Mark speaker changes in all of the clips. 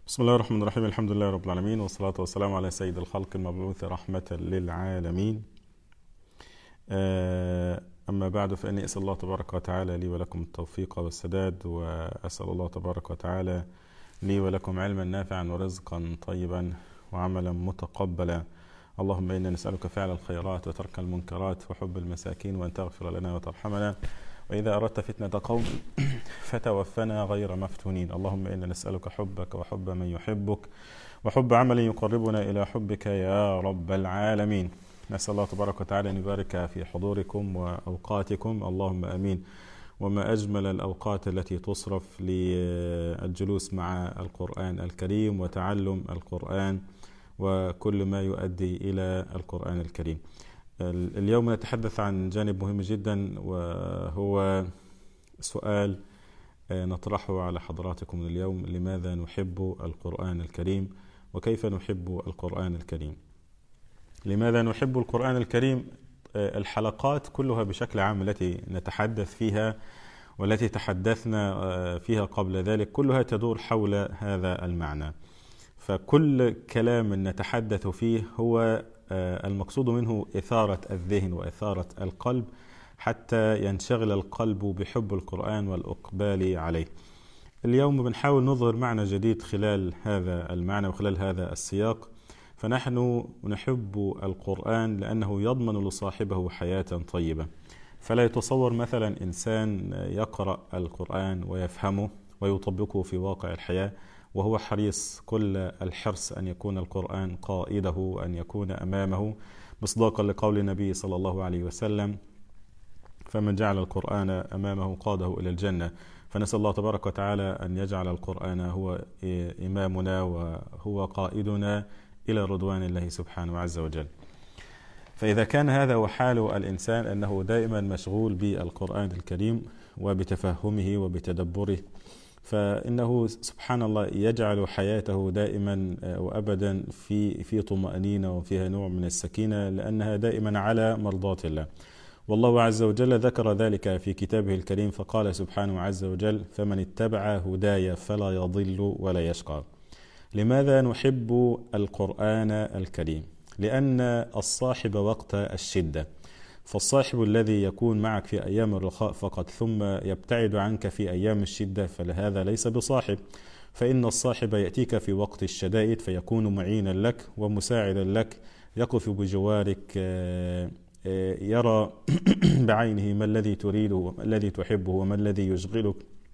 Speaker 1: بسم الله الرحمن الرحيم. الحمد لله رب العالمين، والصلاة والسلام على سيد الخلق المبعوث رحمة للعالمين. أما بعد، فإني أسأل الله تبارك وتعالى لي ولكم التوفيق والسداد، وأسأل الله تبارك وتعالى لي ولكم علما نافعا ورزقا طيبا وعملا متقبلا. اللهم إنا نسألك فعل الخيرات وترك المنكرات وحب المساكين، وأن تغفر لنا وترحمنا، وإذا أردت فتنة قوم فتوفنا غير مفتونين. اللهم إنا نسألك حبك وحب من يحبك وحب عمل يقربنا إلى حبك يا رب العالمين. نسأل الله تبارك وتعالى أن يبارك في حضوركم وأوقاتكم، اللهم أمين. وما أجمل الأوقات التي تصرف للجلوس مع القرآن الكريم وتعلم القرآن وكل ما يؤدي إلى القرآن الكريم. اليوم نتحدث عن جانب مهم جدا، وهو سؤال نطرحه على حضراتكم اليوم: لماذا نحب القرآن الكريم؟ وكيف نحب القرآن الكريم؟ لماذا نحب القرآن الكريم؟ الحلقات كلها بشكل عام التي نتحدث فيها والتي تحدثنا فيها قبل ذلك كلها تدور حول هذا المعنى. فكل كلام نتحدث فيه هو المقصود منه إثارة الذهن وإثارة القلب حتى ينشغل القلب بحب القرآن والإقبال عليه. اليوم بنحاول نظهر معنى جديد خلال هذا المعنى وخلال هذا السياق. فنحن نحب القرآن لأنه يضمن لصاحبه حياة طيبة. فلا يتصور مثلا إنسان يقرأ القرآن ويفهمه ويطبقه في واقع الحياة وهو حريص كل الحرص أن يكون القرآن قائده، أن يكون أمامه، مصداقا لقول النبي صلى الله عليه وسلم: فمن جعل القرآن أمامه قاده إلى الجنة. فنسأل الله تبارك وتعالى أن يجعل القرآن هو إمامنا وهو قائدنا إلى رضوان الله سبحانه عز وجل. فإذا كان هذا هو حال الإنسان، أنه دائما مشغول بالقرآن الكريم وبتفهمه وبتدبره، فإنه سبحان الله يجعل حياته دائما وأبدا في طمأنينة وفيها نوع من السكينة، لأنها دائما على مرضاة الله. والله عز وجل ذكر ذلك في كتابه الكريم، فقال سبحانه عز وجل: فمن اتبع هداي فلا يضل ولا يشقى. لماذا نحب القرآن الكريم؟ لأن الصاحب وقت الشدة، فالصاحب الذي يكون معك في أيام الرخاء فقط ثم يبتعد عنك في أيام الشدة فهذا ليس بصاحب. فإن الصاحب يأتيك في وقت الشدائد فيكون معينا لك ومساعدا لك، يقف بجوارك، يرى بعينه ما الذي تريده وما الذي تحبه وما الذي يشغلك،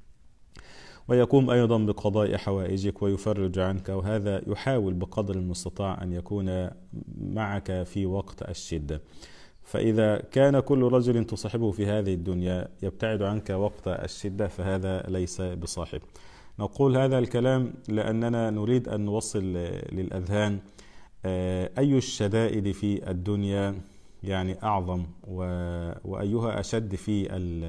Speaker 1: ويقوم أيضا بقضاء حوائجك ويفرج عنك. وهذا يحاول بقدر المستطاع أن يكون معك في وقت الشدة. فإذا كان كل رجل تصاحبه في هذه الدنيا يبتعد عنك وقت الشدة فهذا ليس بصاحب. نقول هذا الكلام لأننا نريد أن نوصل للأذهان أي الشدائد في الدنيا يعني أعظم، وأيها أشد في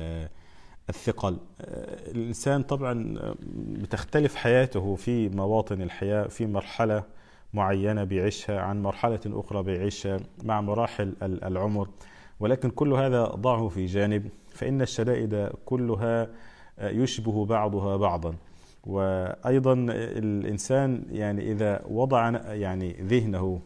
Speaker 1: الثقل. الإنسان طبعا بتختلف حياته في مواطن الحياة، في مرحلة معينة بيعيشها عن مرحلة أخرى بيعيشها مع مراحل العمر، ولكن كل هذا ضعه في جانب، فإن الشدائد كلها يشبه بعضها بعضا. وأيضا الإنسان يعني إذا وضع يعني ذهنه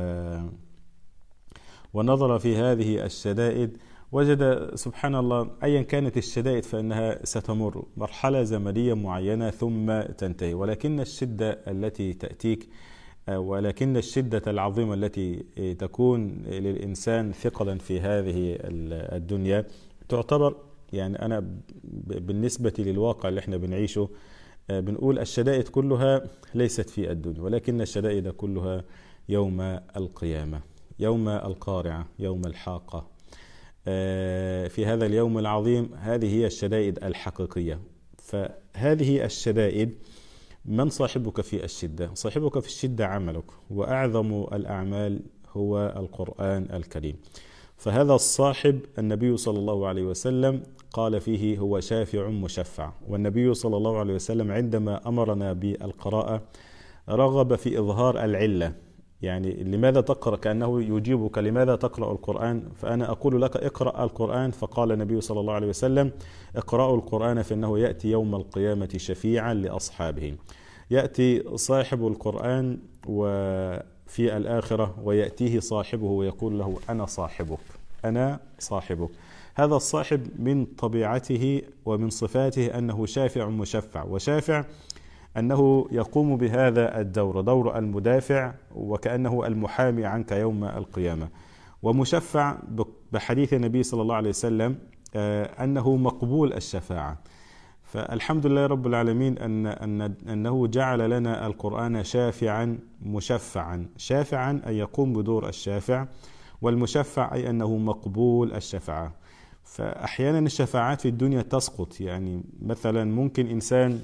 Speaker 1: ونظر في هذه الشدائد وجد سبحان الله أيا كانت الشدائد فإنها ستمر مرحلة زمنية معينة ثم تنتهي، ولكن الشدة التي تأتيك ولكن الشدة العظيمة التي تكون للإنسان ثقلا في هذه الدنيا تعتبر، يعني أنا بالنسبة للواقع اللي احنا بنعيشه بنقول الشدائد كلها ليست في الدنيا، ولكن الشدائد كلها يوم القيامة، يوم القارعة، يوم الحاقة. في هذا اليوم العظيم هذه هي الشدائد الحقيقية. فهذه الشدائد من صاحبك في الشدة؟ صاحبك في الشدة عملك، وأعظم الأعمال هو القرآن الكريم. فهذا الصاحب النبي صلى الله عليه وسلم قال فيه: هو شافع مشفع. والنبي صلى الله عليه وسلم عندما أمرنا بالقراءة رغب في إظهار العلة، يعني لماذا تقرأ، كأنه يجيبك لماذا تقرأ القرآن؟ فأنا أقول لك اقرأ القرآن، فقال النبي صلى الله عليه وسلم: اقرأوا القرآن فإنه يأتي يوم القيامة شفيعا لأصحابه. يأتي صاحب القرآن وفي الآخرة ويأتيه صاحبه ويقول له أنا صاحبك، أنا صاحبك. هذا الصاحب من طبيعته ومن صفاته أنه شافع مشفع، وشافع أنه يقوم بهذا الدور، دور المدافع، وكأنه المحامي عنك يوم القيامة. ومشفع بحديث النبي صلى الله عليه وسلم أنه مقبول الشفاعة. فالحمد لله رب العالمين أنه جعل لنا القرآن شافعا مشفعا. شافعا أي يقوم بدور الشافع، والمشفع أي أنه مقبول الشفاعة. فأحيانا الشفاعات في الدنيا تسقط، يعني مثلا ممكن إنسان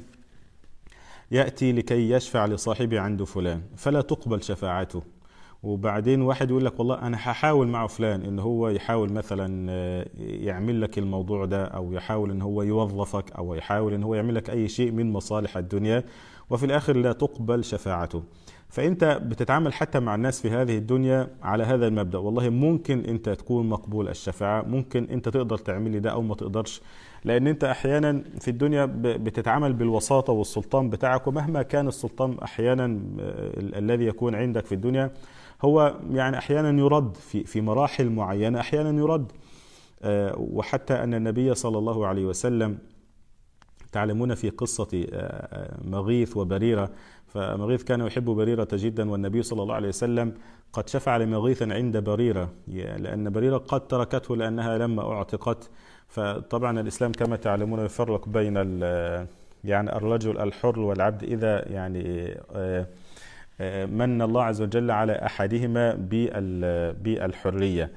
Speaker 1: يأتي لكي يشفع لصاحبه عند فلان فلا تقبل شفاعته، وبعدين واحد يقول لك والله أنا هحاول مع فلان إن هو يحاول مثلا يعمل لك الموضوع ده، أو يحاول إن هو يوظفك، أو يحاول إن هو يعمل لك أي شيء من مصالح الدنيا، وفي الآخر لا تقبل شفاعته. فأنت بتتعامل حتى مع الناس في هذه الدنيا على هذا المبدأ، والله ممكن أنت تكون مقبول الشفاعة، ممكن أنت تقدر تعمل لي ده أو ما تقدرش، لأن أنت أحيانا في الدنيا بتتعامل بالوساطة والسلطان بتاعك، ومهما كان السلطان أحيانا الذي يكون عندك في الدنيا هو يعني أحيانا يرد في مراحل معينة، أحيانا يرد. وحتى أن النبي صلى الله عليه وسلم، تعلمون في قصة مغيث وبريرة، فمغيث كان يحب بريرة جدا، والنبي صلى الله عليه وسلم قد شفع لمغيث عند بريرة، لأن بريرة قد تركته لأنها لما أعتقت. فطبعا الإسلام كما تعلمون يفرق بين يعني الرجل الحر والعبد إذا يعني من الله عز وجل على أحدهما بالحرية.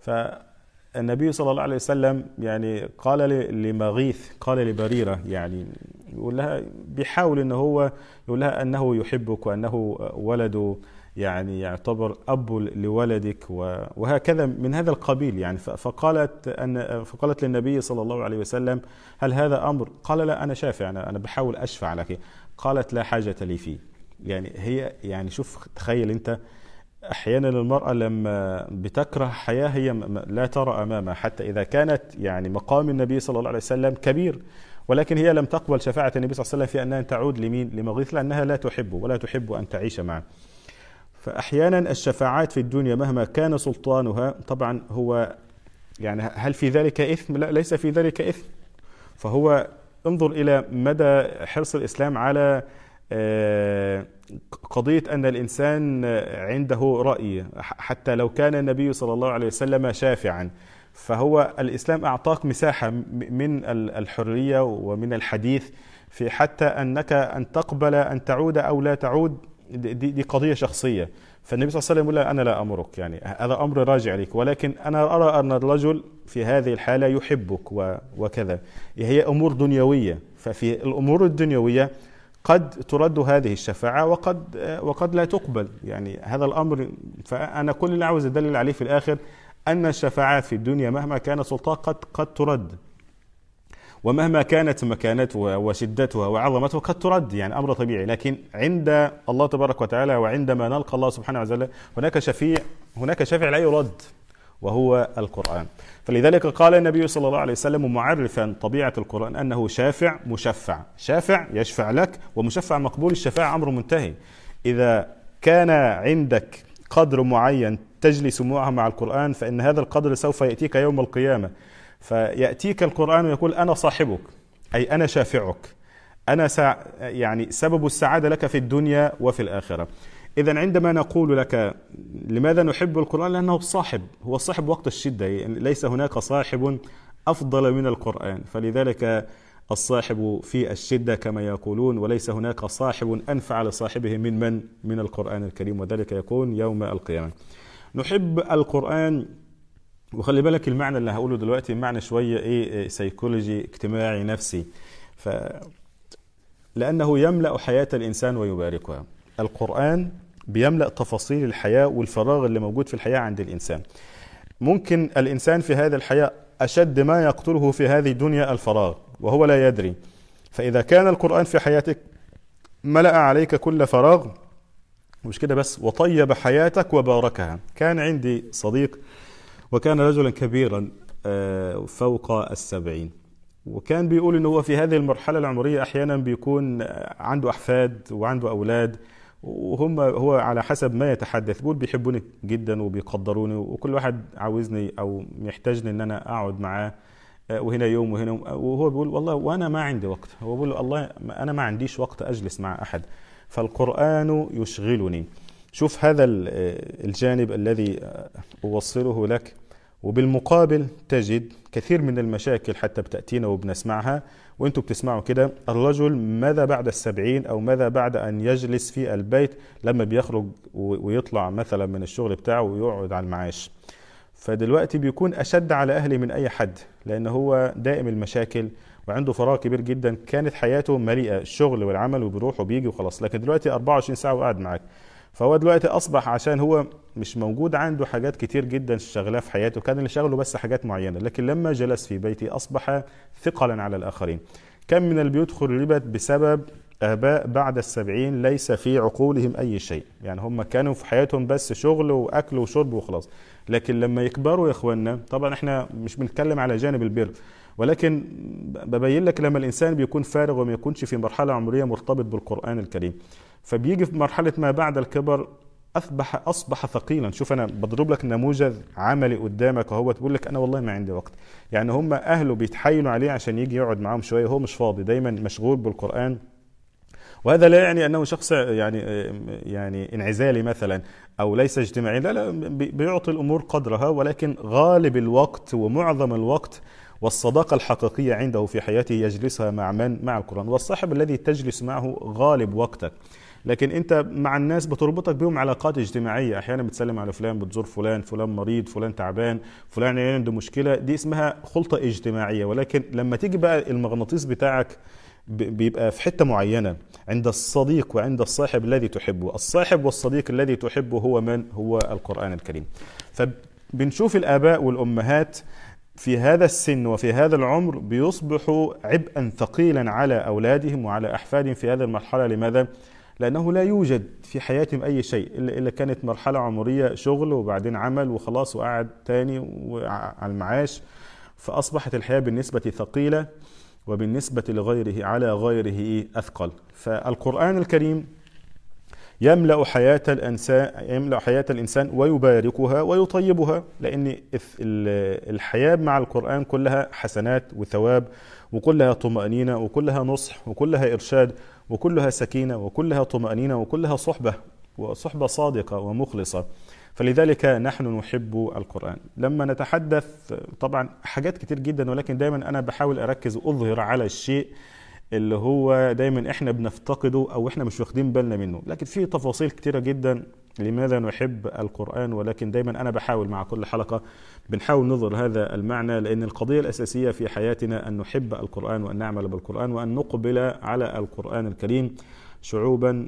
Speaker 1: فالنبي صلى الله عليه وسلم يعني قال لمغيث، قال لبريرة، يعني يقول لها، بيحاول إنه هو يقول لها أنه يحبك وأنه ولده، يعني يعتبر أب لولدك وهكذا من هذا القبيل يعني. فقالت للنبي صلى الله عليه وسلم هل هذا أمر؟ قال لا، أنا شافع، أنا بحاول أشفع لك. قالت لا حاجة لي فيه. يعني هي يعني شوف، تخيل أنت أحيانا المرأة لما بتكره حياة هي لا ترى أمامها، حتى إذا كانت يعني مقام النبي صلى الله عليه وسلم كبير، ولكن هي لم تقبل شفاعة النبي صلى الله عليه وسلم في أنها تعود لمين؟ لمغيث، لأنها لا تحبه ولا تحب أن تعيش معه. فأحيانا الشفاعات في الدنيا مهما كان سلطانها، طبعا هو يعني هل في ذلك إثم؟ لا، ليس في ذلك إثم. فهو انظر إلى مدى حرص الإسلام على قضية أن الإنسان عنده رأي، حتى لو كان النبي صلى الله عليه وسلم شافعا، فهو الإسلام أعطاك مساحة من الحرية ومن الحديث في حتى أنك أن تقبل أن تعود أو لا تعود، دي قضية شخصية. فالنبي صلى الله عليه وسلم يقول أنا لا أمرك، يعني هذا أمر راجع لك، ولكن أنا أرى أن الرجل في هذه الحالة يحبك وكذا. هي أمور دنيوية، ففي الأمور الدنيوية قد ترد هذه الشفاعة وقد لا تقبل، يعني هذا الأمر. فأنا كل اللي عاوز أدلل عليه في الآخر أن الشفاعات في الدنيا مهما كان سلطان قد ترد، ومهما كانت مكانتها وشدتها وعظمتها قد ترد، يعني أمر طبيعي. لكن عند الله تبارك وتعالى وعندما نلقى الله سبحانه وتعالى هناك شفيع لا يرد، وهو القرآن. فلذلك قال النبي صلى الله عليه وسلم معرفا طبيعة القرآن أنه شافع مشفع. شافع يشفع لك، ومشفع مقبول الشفاعة، أمر منتهي. إذا كان عندك قدر معين تجلس معه مع القرآن، فإن هذا القدر سوف يأتيك يوم القيامة، فيأتيك القرآن ويقول أنا صاحبك، أي أنا شافعك، أنا يعني سبب السعادة لك في الدنيا وفي الآخرة. إذن عندما نقول لك لماذا نحب القرآن؟ لأنه هو الصاحب وقت الشدة، يعني ليس هناك صاحب أفضل من القرآن، فلذلك الصاحب في الشدة كما يقولون، وليس هناك صاحب أنفع لصاحبه من القرآن الكريم، وذلك يكون يوم القيامة. نحب القرآن، وخلي بالك المعنى اللي هقوله دلوقتي معنى شوية سيكولوجي اجتماعي نفسي، لأنه يملأ حياة الإنسان ويباركها. القرآن بيملأ تفاصيل الحياة والفراغ اللي موجود في الحياة عند الإنسان. ممكن الإنسان في هذه الحياة أشد ما يقتله في هذه الدنيا الفراغ وهو لا يدري، فإذا كان القرآن في حياتك ملأ عليك كل فراغ، مش كده بس، وطيب حياتك وباركها. كان عندي صديق وكان رجلا كبيرا فوق 70، وكان بيقول ان هو في هذه المرحلة العمرية احيانا بيكون عنده احفاد وعنده اولاد، هو على حسب ما يتحدث بيقول بيحبوني جدا وبيقدروني، وكل واحد عاوزني او محتاجني ان انا اقعد معاه، وهنا يوم وهنا يوم. وهو بيقول والله وانا ما عندي وقت، هو بيقول الله انا ما عنديش وقت اجلس مع احد، فالقرآن يشغلني. شوف هذا الجانب الذي اوصله لك. وبالمقابل تجد كثير من المشاكل حتى بتأتينا وبنسمعها وانتوا بتسمعوا كده، الرجل ماذا بعد 70 أو ماذا بعد أن يجلس في البيت لما بيخرج ويطلع مثلا من الشغل بتاعه ويقعد على المعاش. فدلوقتي بيكون أشد على أهله من أي حد، لأن هو دائم المشاكل وعنده فراغ كبير جدا. كانت حياته مليئة الشغل والعمل وبيروح وبيجي وخلاص، لكن دلوقتي 24 ساعة وقاعد معاك. فهو دلوقتي أصبح عشان هو مش موجود عنده حاجات كتير جدا شغلاه في حياته، كان اللي شغله بس حاجات معينة، لكن لما جلس في بيتي أصبح ثقلا على الآخرين. كم من البيوت خربت بسبب آباء بعد 70 ليس في عقولهم أي شيء، يعني هم كانوا في حياتهم بس شغل وأكل وشرب وخلاص. لكن لما يكبروا يا إخواننا، طبعا إحنا مش بنتكلم على جانب البر، ولكن ببين لك لما الإنسان بيكون فارغ وما يكونش في مرحلة عمرية مرتبط بالقرآن الكريم، فبيجي في مرحلة ما بعد الكبر أصبح ثقيلا. شوف أنا بضرب لك نموذج عملي قدامك وهو تقول لك أنا والله ما عندي وقت. يعني هم أهله بيتحايلوا عليه عشان يجي يقعد معاهم شوية، هو مش فاضي، دايما مشغول بالقرآن. وهذا لا يعني أنه شخص يعني انعزالي مثلا أو ليس اجتماعي، لا بيعطي الأمور قدرها، ولكن غالب الوقت ومعظم الوقت والصداقة الحقيقية عنده في حياته يجلسها مع من؟ مع القرآن. والصاحب الذي تجلس معه غالب وقتك، لكن انت مع الناس بتربطك بهم علاقات اجتماعية، احيانا بتسلم على فلان، بتزور فلان، فلان مريض، فلان تعبان، فلان عنده مشكلة، دي اسمها خلطة اجتماعية. ولكن لما تيجي بقى المغناطيس بتاعك بيبقى في حتة معينة عند الصديق وعند الصاحب الذي تحبه. الصاحب والصديق الذي تحبه هو من؟ هو القرآن الكريم. فبنشوف الآباء والأمهات في هذا السن وفي هذا العمر بيصبحوا عبئا ثقيلا على أولادهم وعلى أحفادهم في هذه المرحلة. لماذا؟ لأنه لا يوجد في حياتهم أي شيء إلا كانت مرحلة عمرية شغل وبعدين عمل وخلاص وقعد تاني على المعاش. فأصبحت الحياة بالنسبة ثقيلة وبالنسبة لغيره على غيره أثقل. فالقرآن الكريم يملأ حياة الإنسان ويباركها ويطيبها، لأن الحياة مع القرآن كلها حسنات وثواب، وكلها طمأنينة، وكلها نصح، وكلها إرشاد، وكلها سكينة، وكلها طمأنينة، وكلها صحبة صادقة ومخلصة. فلذلك نحن نحب القرآن. لما نتحدث طبعا حاجات كتير جدا، ولكن دايما أنا بحاول أركز وأظهر على الشيء اللي هو دايما احنا بنفتقده او احنا مش واخدين بالنا منه، لكن في تفاصيل كتيرة جدا لماذا نحب القرآن. ولكن دايما انا بحاول مع كل حلقة بنحاول نظهر هذا المعنى، لان القضية الاساسية في حياتنا ان نحب القرآن وان نعمل بالقرآن وان نقبل على القرآن الكريم شعوبا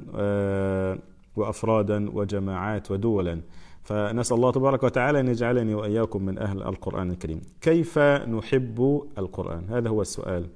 Speaker 1: وافرادا وجماعات ودولا. فنسأل الله تبارك وتعالى أن يجعلني وإياكم من أهل القرآن الكريم. كيف نحب القرآن؟ هذا هو السؤال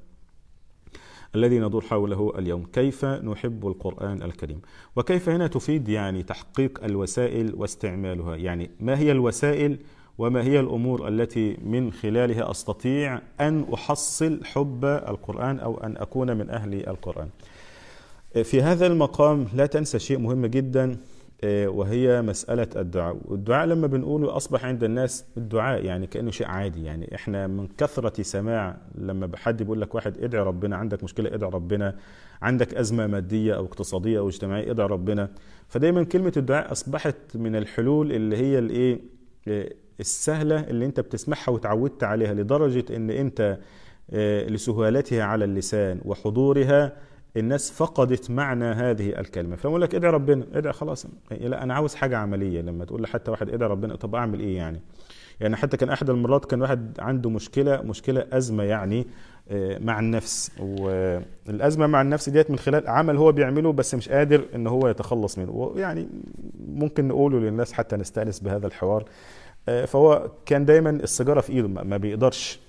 Speaker 1: الذي ندور حوله اليوم. كيف نحب القرآن الكريم؟ وكيف هنا تفيد يعني تحقيق الوسائل واستعمالها، يعني ما هي الوسائل وما هي الأمور التي من خلالها أستطيع أن أحصل حب القرآن أو أن أكون من أهل القرآن. في هذا المقام لا تنسى شيء مهم جدا، وهي مسألة الدعاء. والدعاء لما بنقوله أصبح عند الناس الدعاء يعني كأنه شيء عادي. يعني إحنا من كثرة سماع لما حد بيقول لك واحد ادعي ربنا، عندك مشكلة ادعي ربنا، عندك أزمة مادية أو اقتصادية أو اجتماعية ادعي ربنا. فدايما كلمة الدعاء أصبحت من الحلول اللي هي الإيه السهلة اللي أنت بتسمعها وتعودت عليها، لدرجة إن أنت لسهولتها على اللسان وحضورها الناس فقدت معنى هذه الكلمة. فأقول لك ادعي ربنا، ادعي خلاص. لا أنا عاوز حاجة عملية. لما تقول لحتى واحد ادعي ربنا، طب أعمل إيه يعني حتى كان أحد المرات كان واحد عنده مشكلة أزمة يعني مع النفس، والأزمة مع النفس ديت من خلال عمل هو بيعمله بس مش قادر إن هو يتخلص منه. يعني ممكن نقوله للناس حتى نستأنس بهذا الحوار. فهو كان دايما السيجارة في إيده ما بيقدرش.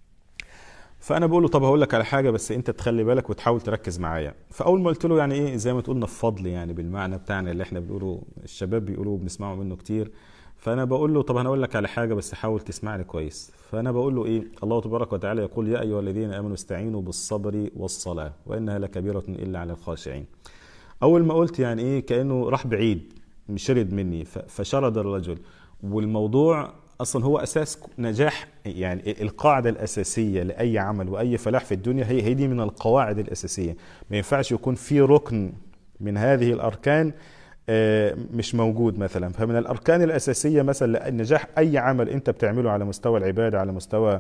Speaker 1: فانا بقول له طب هقول لك على حاجه بس انت تخلي بالك وتحاول تركز معايا. فاول ما قلت له يعني ايه زي ما تقولنا الفضل يعني بالمعنى بتاعنا اللي احنا بنقوله الشباب بيقولوا بنسمعه منه كتير، فانا بقول له طب انا اقول لك على حاجه بس حاول تسمعني كويس. فانا بقول له ايه؟ الله تبارك وتعالى يقول يا ايها الذين امنوا استعينوا بالصبر والصلاه وانها لكبيره الا على الخاشعين. اول ما قلت يعني ايه كانه راح بعيد شرد مني فشرد الرجل. والموضوع اصلا هو اساس نجاح، يعني القاعده الاساسيه لاي عمل واي فلاح في الدنيا هي دي من القواعد الاساسيه. ما ينفعش يكون في ركن من هذه الاركان مش موجود مثلا. فمن الاركان الاساسيه مثلا لنجاح اي عمل انت بتعمله على مستوى العباده، على مستوى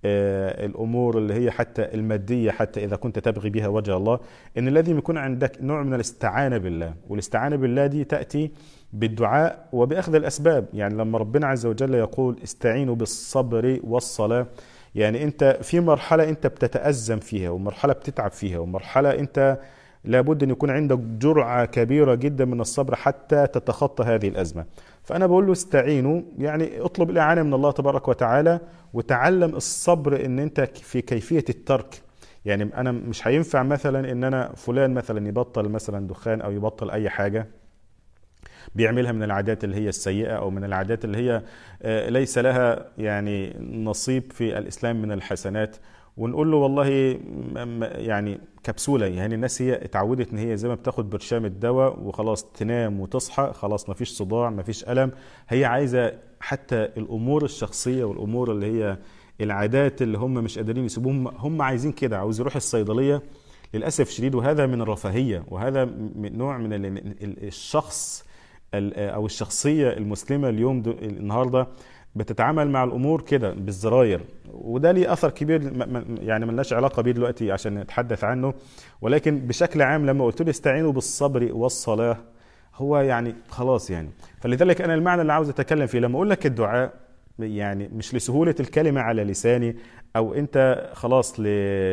Speaker 1: الامور اللي هي حتى الماديه، حتى اذا كنت تبغي بها وجه الله، ان لازم يكون عندك نوع من الاستعانه بالله. والاستعانه بالله دي تاتي بالدعاء وباخذ الاسباب. يعني لما ربنا عز وجل يقول استعينوا بالصبر والصلاه، يعني انت في مرحله انت بتتازم فيها، ومرحله بتتعب فيها، ومرحله انت لابد ان يكون عندك جرعه كبيره جدا من الصبر حتى تتخطى هذه الازمه. فانا بقول له استعينوا، يعني اطلب الاعانه من الله تبارك وتعالى، وتعلم الصبر ان انت في كيفيه الترك. يعني انا مش هينفع مثلا ان انا فلان مثلا يبطل مثلا دخان او يبطل اي حاجه بيعملها من العادات اللي هي السيئه او من العادات اللي هي ليس لها يعني نصيب في الاسلام من الحسنات، ونقول له والله يعني كبسوله. يعني الناس هي اتعودت ان هي زي ما بتاخد برشام الدواء وخلاص تنام وتصحى خلاص ما فيش صداع ما فيش الم. هي عايزه حتى الامور الشخصيه والامور اللي هي العادات اللي هم مش قادرين يسيبوهم، هم عايزين كده، عاوز يروح الصيدليه للاسف شديد. وهذا من الرفاهيه، وهذا من نوع من الشخص او الشخصيه المسلمه اليوم النهارده بتتعامل مع الامور كده بالزراير. وده ليه اثر كبير يعني ملناش علاقه بيه دلوقتي عشان نتحدث عنه، ولكن بشكل عام لما قلت له استعينوا بالصبر والصلاه هو يعني خلاص يعني. فلذلك انا المعنى اللي عاوز اتكلم فيه لما اقول لك الدعاء يعني مش لسهوله الكلمه على لساني، او انت خلاص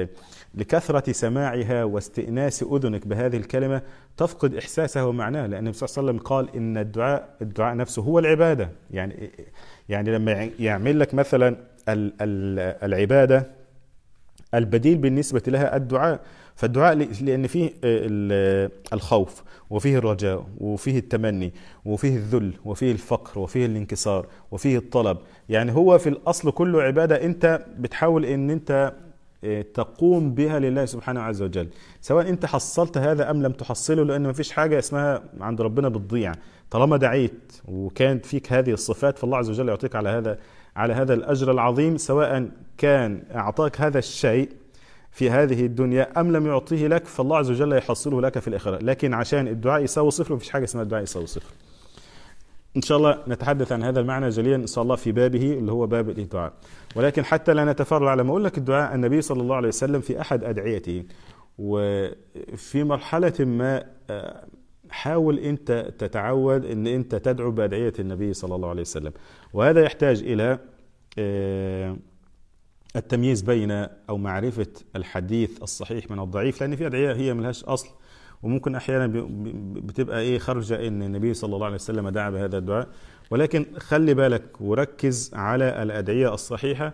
Speaker 1: لكثره سماعها واستئناس اذنك بهذه الكلمه تفقد احساسها ومعناها. لان النبي صلى الله عليه وسلم قال ان الدعاء نفسه هو العباده. يعني لما يعمل لك مثلا العباده البديل بالنسبه لها الدعاء. فالدعاء لان فيه الخوف وفيه الرجاء وفيه التمني وفيه الذل وفيه الفقر وفيه الانكسار وفيه الطلب. يعني هو في الاصل كله عباده انت بتحاول ان انت تقوم بها لله سبحانه عز وجل، سواء انت حصلت هذا ام لم تحصله. لان ما فيش حاجه اسمها عند ربنا بتضيع. طالما دعيت وكانت فيك هذه الصفات فالله عز وجل يعطيك على هذا الاجر العظيم، سواء كان اعطاك هذا الشيء في هذه الدنيا ام لم يعطيه لك، فالله عز وجل يحصله لك في الاخره. لكن عشان الدعاء يساوي صفر مفيش حاجه اسمها الدعاء يساوي صفر. إن شاء الله نتحدث عن هذا المعنى جليا إن شاء الله في بابه اللي هو باب الدعاء. ولكن حتى لا نتفرع لما أقول لك الدعاء، النبي صلى الله عليه وسلم في أحد أدعيته وفي مرحلة ما حاول أنت تتعود أن أنت تدعو بأدعية النبي صلى الله عليه وسلم. وهذا يحتاج إلى التمييز بين أو معرفة الحديث الصحيح من الضعيف، لأن في أدعية هي ملهاش أصل وممكن احيانا بتبقى خارجه ان النبي صلى الله عليه وسلم دعا بهذا الدعاء. ولكن خلي بالك وركز على الادعيه الصحيحه،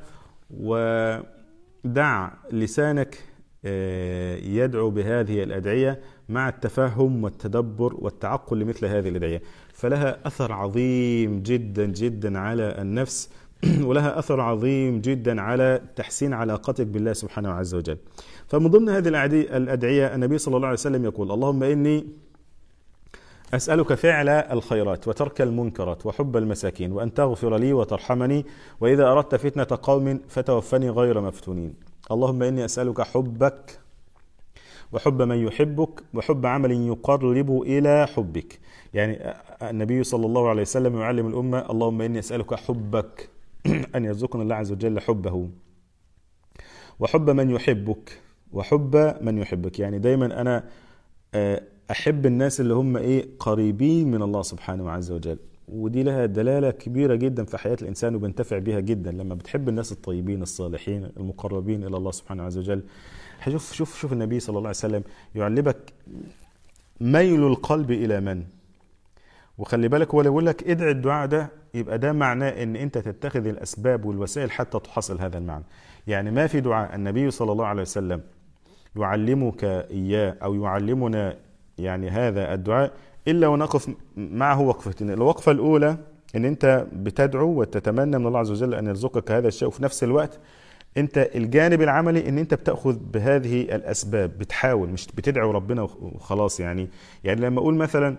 Speaker 1: ودع لسانك يدعو بهذه الادعيه مع التفهم والتدبر والتعقل لمثل هذه الادعيه، فلها اثر عظيم جدا جدا على النفس ولها اثر عظيم جدا على تحسين علاقتك بالله سبحانه عز وجل. فمن ضمن هذه الأدعية النبي صلى الله عليه وسلم يقول اللهم إني أسألك فعل الخيرات وترك المنكرات وحب المساكين وأن تغفر لي وترحمني وإذا أردت فتنة قوم فتوفني غير مفتونين. اللهم إني أسألك حبك وحب من يحبك وحب عمل يقرب إلى حبك. يعني النبي صلى الله عليه وسلم يعلم الأمة اللهم إني أسألك حبك أن يرزقنا الله عز وجل حبه، وحب من يحبك وحب من يحبك. يعني دايما أنا أحب الناس اللي هم قريبين من الله سبحانه عز وجل، ودي لها دلالة كبيرة جدا في حياة الإنسان وبنتفع بها جدا لما بتحب الناس الطيبين الصالحين المقربين إلى الله سبحانه عز وجل. شوف النبي صلى الله عليه وسلم يعلمك ميل القلب إلى من. وخلي بالك هو يقول لك ادعي الدعاء ده، يبقى ده معناه ان انت تتخذ الاسباب والوسائل حتى تحصل هذا المعنى. يعني ما في دعاء النبي صلى الله عليه وسلم يعلمك اياه او يعلمنا يعني هذا الدعاء الا ونقف معه وقفتين. الوقفه الاولى ان انت بتدعو وتتمنى من الله عز وجل ان يرزقك هذا الشيء، وفي نفس الوقت انت الجانب العملي ان انت بتاخذ بهذه الاسباب، بتحاول، مش بتدعو ربنا وخلاص. يعني لما اقول مثلا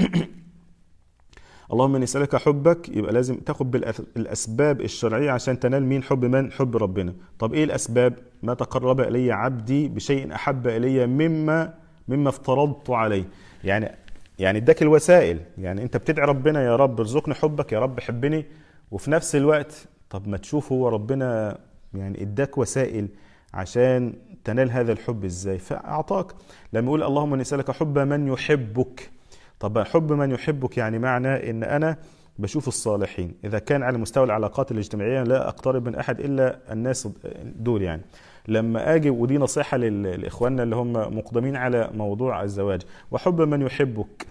Speaker 1: اللهم اني اسالك حبك، يبقى لازم تاخد بالاسباب الشرعيه عشان تنال مين؟ حب من؟ حب ربنا. طب ايه الاسباب؟ ما تقرب الي عبدي بشيء احب الي مما افترضت عليه. يعني اداك الوسائل. يعني انت بتدعي ربنا يا رب ارزقني حبك، يا رب حبني، وفي نفس الوقت طب ما تشوف هو ربنا يعني اداك وسائل عشان تنال هذا الحب ازاي، فاعطاك. لما يقول اللهم اني اسالك حب من يحبك، طب حب من يحبك يعني معنى ان انا بشوف الصالحين. اذا كان على مستوى العلاقات الاجتماعيه لا اقترب من احد الا الناس دول. يعني لما اجي، ودي نصيحه لاخواننا اللي هم مقدمين على موضوع الزواج، وحب من يحبك،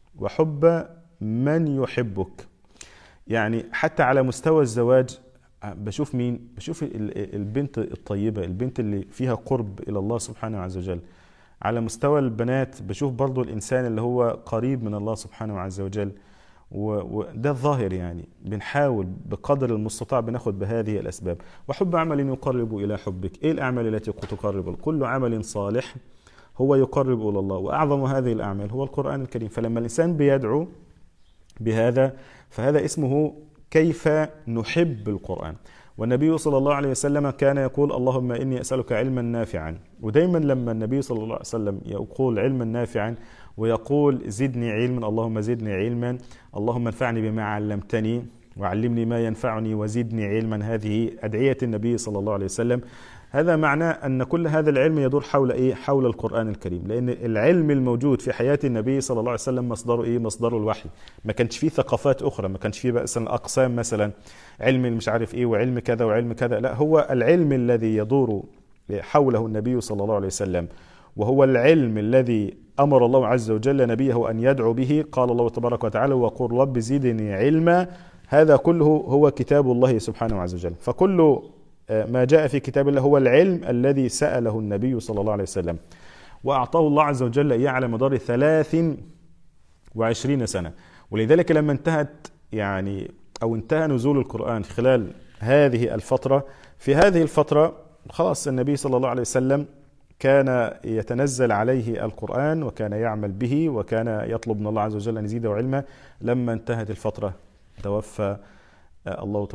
Speaker 1: وحب من يحبك. يعني حتى على مستوى الزواج بشوف مين؟ بشوف البنت الطيبه، البنت اللي فيها قرب الى الله سبحانه عز وجل. على مستوى البنات بشوف برضو الإنسان اللي هو قريب من الله سبحانه عز وجل. وده الظاهر. يعني بنحاول بقدر المستطاع بناخد بهذه الأسباب. وحب عمل يقرب إلى حبك. إيه الأعمال التي تقرب؟ كل عمل صالح هو يقرب إلى الله، وأعظم هذه الأعمال هو القرآن الكريم. فلما الإنسان بيدعو بهذا فهذا اسمه كيف نحب القرآن. والنبي صلى الله عليه وسلم كان يقول اللهم إني أسألك علما نافعا. ودايما لما النبي صلى الله عليه وسلم يقول علما نافعا ويقول زدني علما، اللهم زدني علما، اللهم انفعني بما علمتني وعلمني ما ينفعني وزدني علما، هذه أدعية النبي صلى الله عليه وسلم. هذا معناه أن كل هذا العلم يدور حول إيه؟ حول القرآن الكريم. لأن العلم الموجود في حياة النبي صلى الله عليه وسلم مصدره إيه؟ مصدره الوحي. ما كانش فيه ثقافات أخرى، ما كانش فيه مثلا أقسام، مثلا علم مش عارف إيه وعلم كذا وعلم كذا. لا، هو العلم الذي يدور حوله النبي صلى الله عليه وسلم، وهو العلم الذي أمر الله عز وجل نبيه أن يدعو به. قال الله تبارك وتعالى وقل رب زدني علما. هذا كله هو كتاب الله سبحانه عز وجل. فكل ما جاء في كتاب الله هو العلم الذي سأله النبي صلى الله عليه وسلم، وأعطاه الله عز وجل إياه على مدار 23 سنة. ولذلك لما انتهت أو انتهى نزول القرآن خلال هذه الفترة، في هذه الفترة خلاص النبي صلى الله عليه وسلم كان يتنزل عليه القرآن وكان يعمل به وكان يطلب من الله عز وجل أن يزيده علما. لما انتهت الفترة توفى الله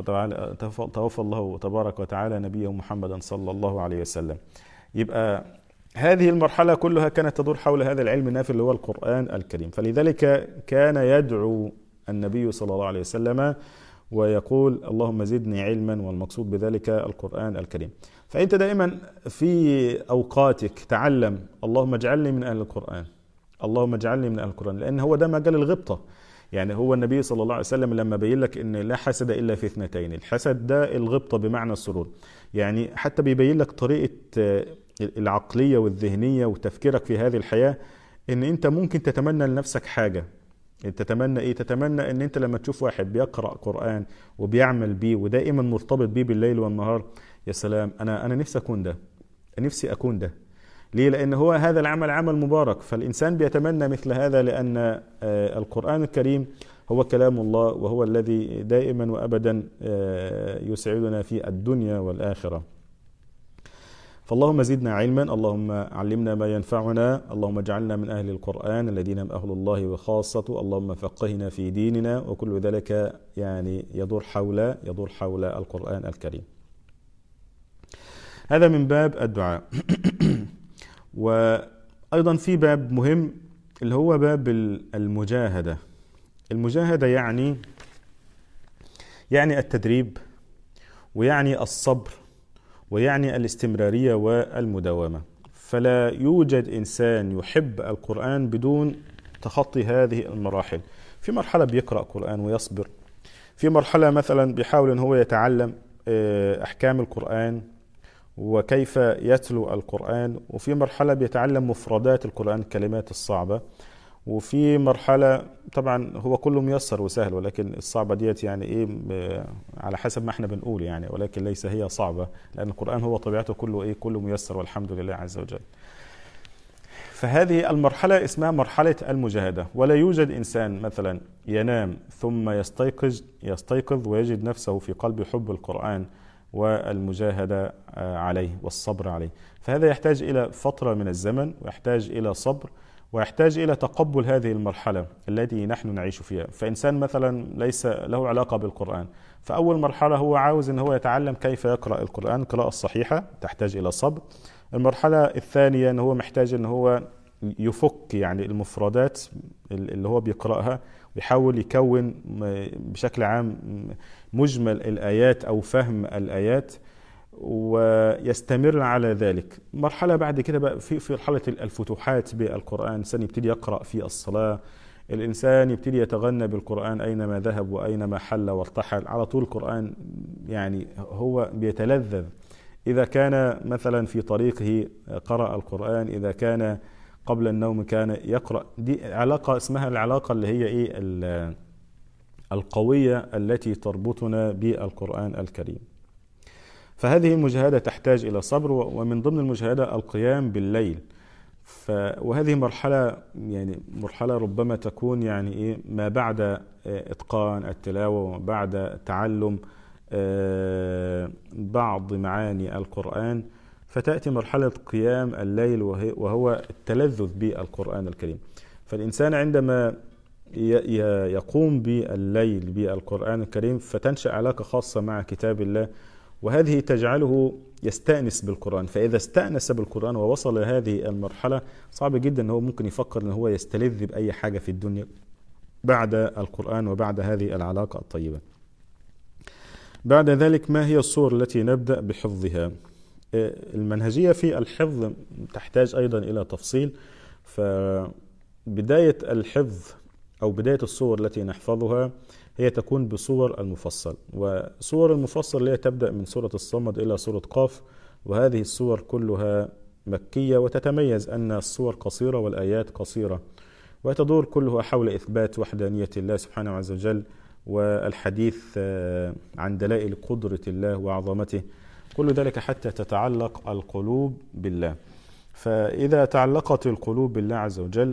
Speaker 1: تبارك وتعالى نبيه محمدا صلى الله عليه وسلم. يبقى هذه المرحلة كلها كانت تدور حول هذا العلم النافع اللي هو القرآن الكريم. فلذلك كان يدعو النبي صلى الله عليه وسلم ويقول اللهم زدني علما، والمقصود بذلك القرآن الكريم. فأنت دائما في أوقاتك تعلم اللهم اجعلني من أهل القرآن، اللهم اجعلني من أهل القرآن، لأن هو ده مجال الغبطة. يعني هو النبي صلى الله عليه وسلم لما بين لك ان لا حسد الا في اثنتين، الحسد ده الغبطه بمعنى السرور. يعني حتى بيبين لك طريقه العقليه والذهنيه وتفكيرك في هذه الحياه، ان انت ممكن تتمنى لنفسك حاجه. تتمنى ايه؟ تتمنى ان انت لما تشوف واحد بيقرا قران وبيعمل بيه ودائما مرتبط بيه بالليل والنهار، يا سلام، انا نفسي اكون ده، نفسي اكون ده. ليه؟ لأن هو هذا العمل عمل مبارك، فالإنسان بيتمنى مثل هذا، لأن القرآن الكريم هو كلام الله، وهو الذي دائما وأبدا يسعدنا في الدنيا والآخرة. فاللهم زدنا علما، اللهم علمنا ما ينفعنا، اللهم اجعلنا من أهل القرآن الذين هم أهل الله وخاصته، اللهم فقهنا في ديننا. وكل ذلك يعني يدور حول القرآن الكريم. هذا من باب الدعاء. وأيضا في باب مهم اللي هو باب المجاهدة. المجاهدة يعني التدريب، ويعني الصبر، ويعني الاستمرارية والمداومة. فلا يوجد إنسان يحب القرآن بدون تخطي هذه المراحل. في مرحلة بيقرأ قرآن ويصبر، في مرحلة مثلا بيحاول أن هو يتعلم أحكام القرآن وكيف يتلو القرآن، وفي مرحلة بيتعلم مفردات القرآن، الكلمات الصعبة، وفي مرحلة طبعا هو كله ميسر وسهل، ولكن الصعبة ديت يعني ايه على حسب ما احنا بنقول يعني، ولكن ليس هي صعبة، لأن القرآن هو طبيعته كله ايه؟ كله ميسر والحمد لله عز وجل. فهذه المرحلة اسمها مرحلة المجاهدة. ولا يوجد إنسان مثلا ينام ثم يستيقظ ويجد نفسه في قلبه حب القرآن والمجاهدة عليه والصبر عليه. فهذا يحتاج إلى فترة من الزمن، ويحتاج إلى صبر، ويحتاج إلى تقبل هذه المرحلة التي نحن نعيش فيها. فإنسان مثلا ليس له علاقة بالقرآن، فأول مرحلة هو عاوز أن هو يتعلم كيف يقرأ القرآن القراءة الصحيحة، تحتاج إلى صبر. المرحلة الثانية أنه هو محتاج أنه هو يفك يعني المفردات اللي هو بيقرأها، ويحاول يكون بشكل عام مجمل الآيات أو فهم الآيات، ويستمر على ذلك. مرحلة بعد كده بقى في مرحلة الفتوحات بالقرآن، الإنسان يبتدي يقرأ في الصلاة، الإنسان يبتدي يتغنى بالقرآن أينما ذهب وأينما حل وارتحل، على طول القرآن يعني هو بيتلذذ. إذا كان مثلا في طريقه قرأ القرآن، إذا كان قبل النوم كان يقرأ. دي علاقة اسمها العلاقة اللي هي إيه القوية التي تربطنا بالقرآن الكريم. فهذه المجاهدة تحتاج إلى صبر، ومن ضمن المجاهدة القيام بالليل. وهذه مرحلة يعني مرحلة ربما تكون يعني إيه ما بعد إتقان التلاوة وبعد تعلم بعض معاني القرآن، فتأتي مرحلة قيام الليل وهو التلذذ بالقرآن الكريم. فالإنسان عندما يقوم بالليل بالقرآن الكريم فتنشأ علاقة خاصة مع كتاب الله، وهذه تجعله يستأنس بالقرآن. فإذا استأنس بالقرآن ووصل لهذه المرحلة، صعب جدا أنه ممكن يفكر أنه هو يستلذ بأي حاجة في الدنيا بعد القرآن وبعد هذه العلاقة الطيبة. بعد ذلك، ما هي الصور التي نبدأ بحفظها؟ المنهجية في الحفظ تحتاج أيضا إلى تفصيل. فبداية الحفظ أو بداية الصور التي نحفظها هي تكون بصور المفصل، وصور المفصل اللي هي تبدأ من سورة الصمد إلى سورة قاف، وهذه الصور كلها مكية، وتتميز أن الصور قصيرة والآيات قصيرة، وتدور كلها حول إثبات وحدانية الله سبحانه عز وجل، والحديث عن دلائل قدرة الله وعظمته، كل ذلك حتى تتعلق القلوب بالله. فإذا تعلقت القلوب بالله عز وجل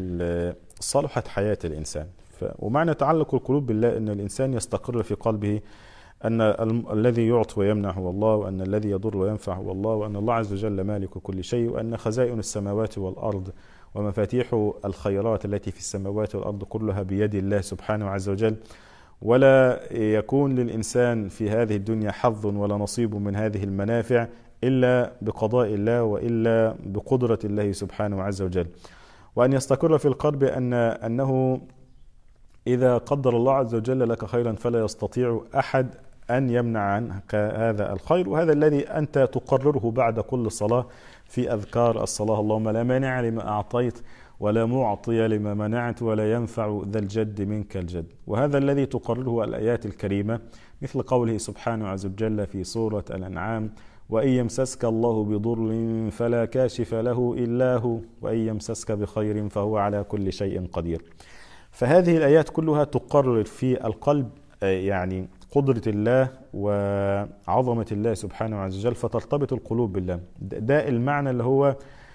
Speaker 1: صلحت حياة الإنسان. ومعنى تعلق القلوب بالله أن الإنسان يستقر في قلبه أن الذي يعطي ويمنع هو الله، وأن الذي يضر وينفع هو الله، وأن الله عز وجل مالك كل شيء، وأن خزائن السماوات والأرض ومفاتيح الخيرات التي في السماوات والأرض كلها بيد الله سبحانه عز وجل، ولا يكون للإنسان في هذه الدنيا حظ ولا نصيب من هذه المنافع إلا بقضاء الله وإلا بقدرة الله سبحانه عز وجل. وأن يستقر في القلب أنه إذا قدر الله عز وجل لك خيرا فلا يستطيع أحد أن يمنع عنك هذا الخير، وهذا الذي أنت تقرره بعد كل صلاة في أذكار الصلاة: اللهم لا مانع لما أعطيت ولا معطي لما منعت ولا ينفع ذا الجد منك الجد. وهذا الذي تقرره الآيات الكريمة، مثل قوله سبحانه عز وجل في سورة الأنعام: وإن يمسسك الله بضر فلا كاشف له إلا هو وإن يمسسك بخير فهو على كل شيء قدير. فهذه الآيات كلها تقرر في القلب يعني قدرة الله وعظمة الله سبحانه عز وجل، فترتبط القلوب بالله. ده المعنى اللي هو